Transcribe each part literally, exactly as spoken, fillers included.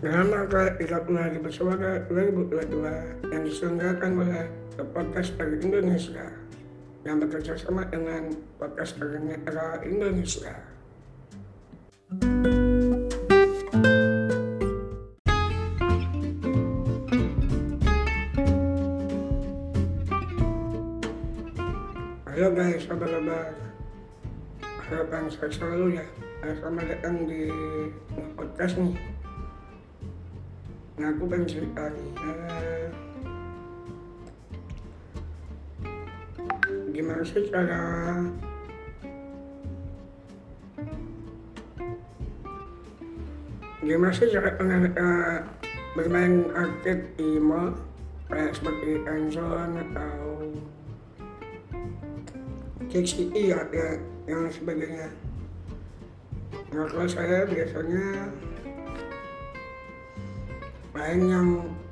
Dalam rangka tiga puluh Hari Bersuara dua ribu dua puluh dua yang diselenggarakan oleh The Podcast dari Indonesia yang bekerja sama dengan Podcast dari Era Indonesia. Halo guys, kabar-kabar? Harapan saya selalu ya, selamat datang di podcast nih. Nah, aku pengen cerita nih, uh, gimana sih cara gimana sih cara uh, bermain arcade di mall kayak seperti Amazon atau K C I ya, ya yang sebagainya. Nah, kalau saya biasanya main yang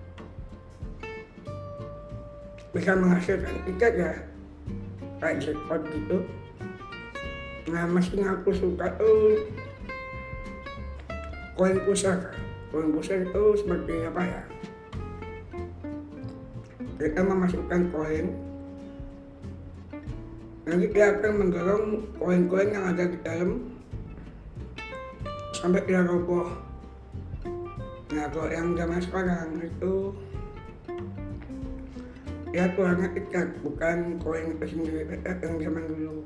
bisa menghasilkan tiket ya, kayak jackpot gitu. Nah, mesin aku suka tuh koin pusaka. Koin pusaka itu seperti apa ya? Kita memasukkan koin, nanti dia akan mendorong koin-koin yang ada di dalam sampai dia roboh. Nah, kalau yang zaman sekarang itu ya keluarnya tiket, bukan koin itu sendiri, yang zaman dulu.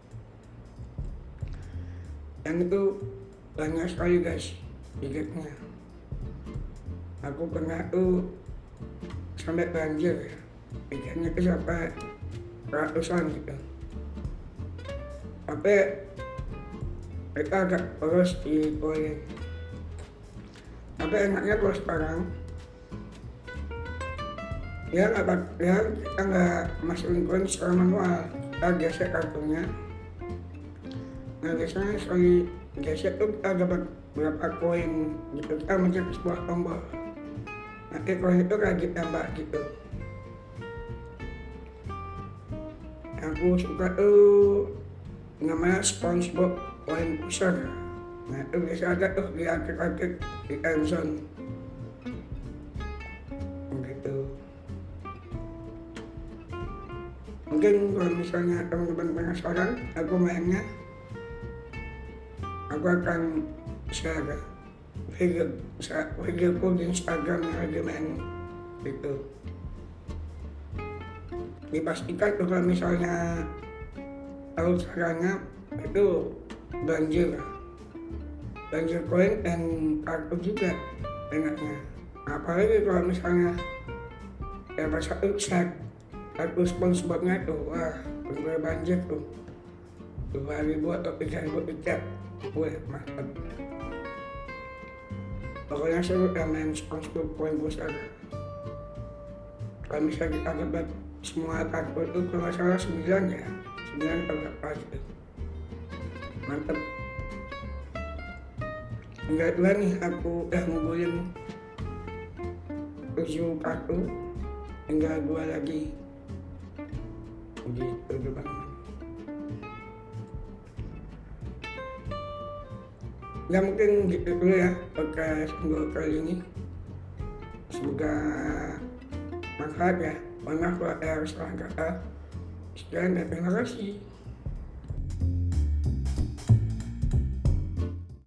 Dan itu banyak sekali guys tiketnya. Aku pernah tuh sampai banjir ya, tiketnya itu sampai ratusan gitu. Tapi kita agak boros di koin. Tapi enaknya kalau sekarang ya nggak ya kita nggak masukin koin secara manual, kita gesek kartunya. Nah, biasanya sekali gesek tuh kita dapat berapa koin gitu, kita mencet sebuah tombol, nanti koin itu kayak ditambah gitu. Aku suka tuh namanya SpongeBob koin pusar. Nah, itu biasa ada tuh di arcade-arcade di Amazon gitu. Mungkin kalau misalnya teman-teman penasaran aku mainnya, aku akan share video videoku di Instagram yang lagi main gitu. Dipastikan tuh kalau misalnya tahu caranya itu banjir banjir koin dan kartu juga enaknya. Apalagi kalau misalnya ya pas satu set kartu SpongeBobnya tuh, wah bener banjir tuh dua ribu atau tiga ribu tiket, wah mantap. Pokoknya seru ya main SpongeBob koin besar. Kalau misalnya kita dapat semua kartu itu kalau nggak salah sembilan ya, sembilan atau berapa gitu, mantap. Enggak dua nih, aku udah ngumpulin tujuh kartu, tinggal dua lagi gitu teman-teman. Ya mungkin gitu dulu ya podcast minggu kali ini, semoga manfaat ya. Mohon maaf kalau ada salah kata. Sekian dan terima kasih.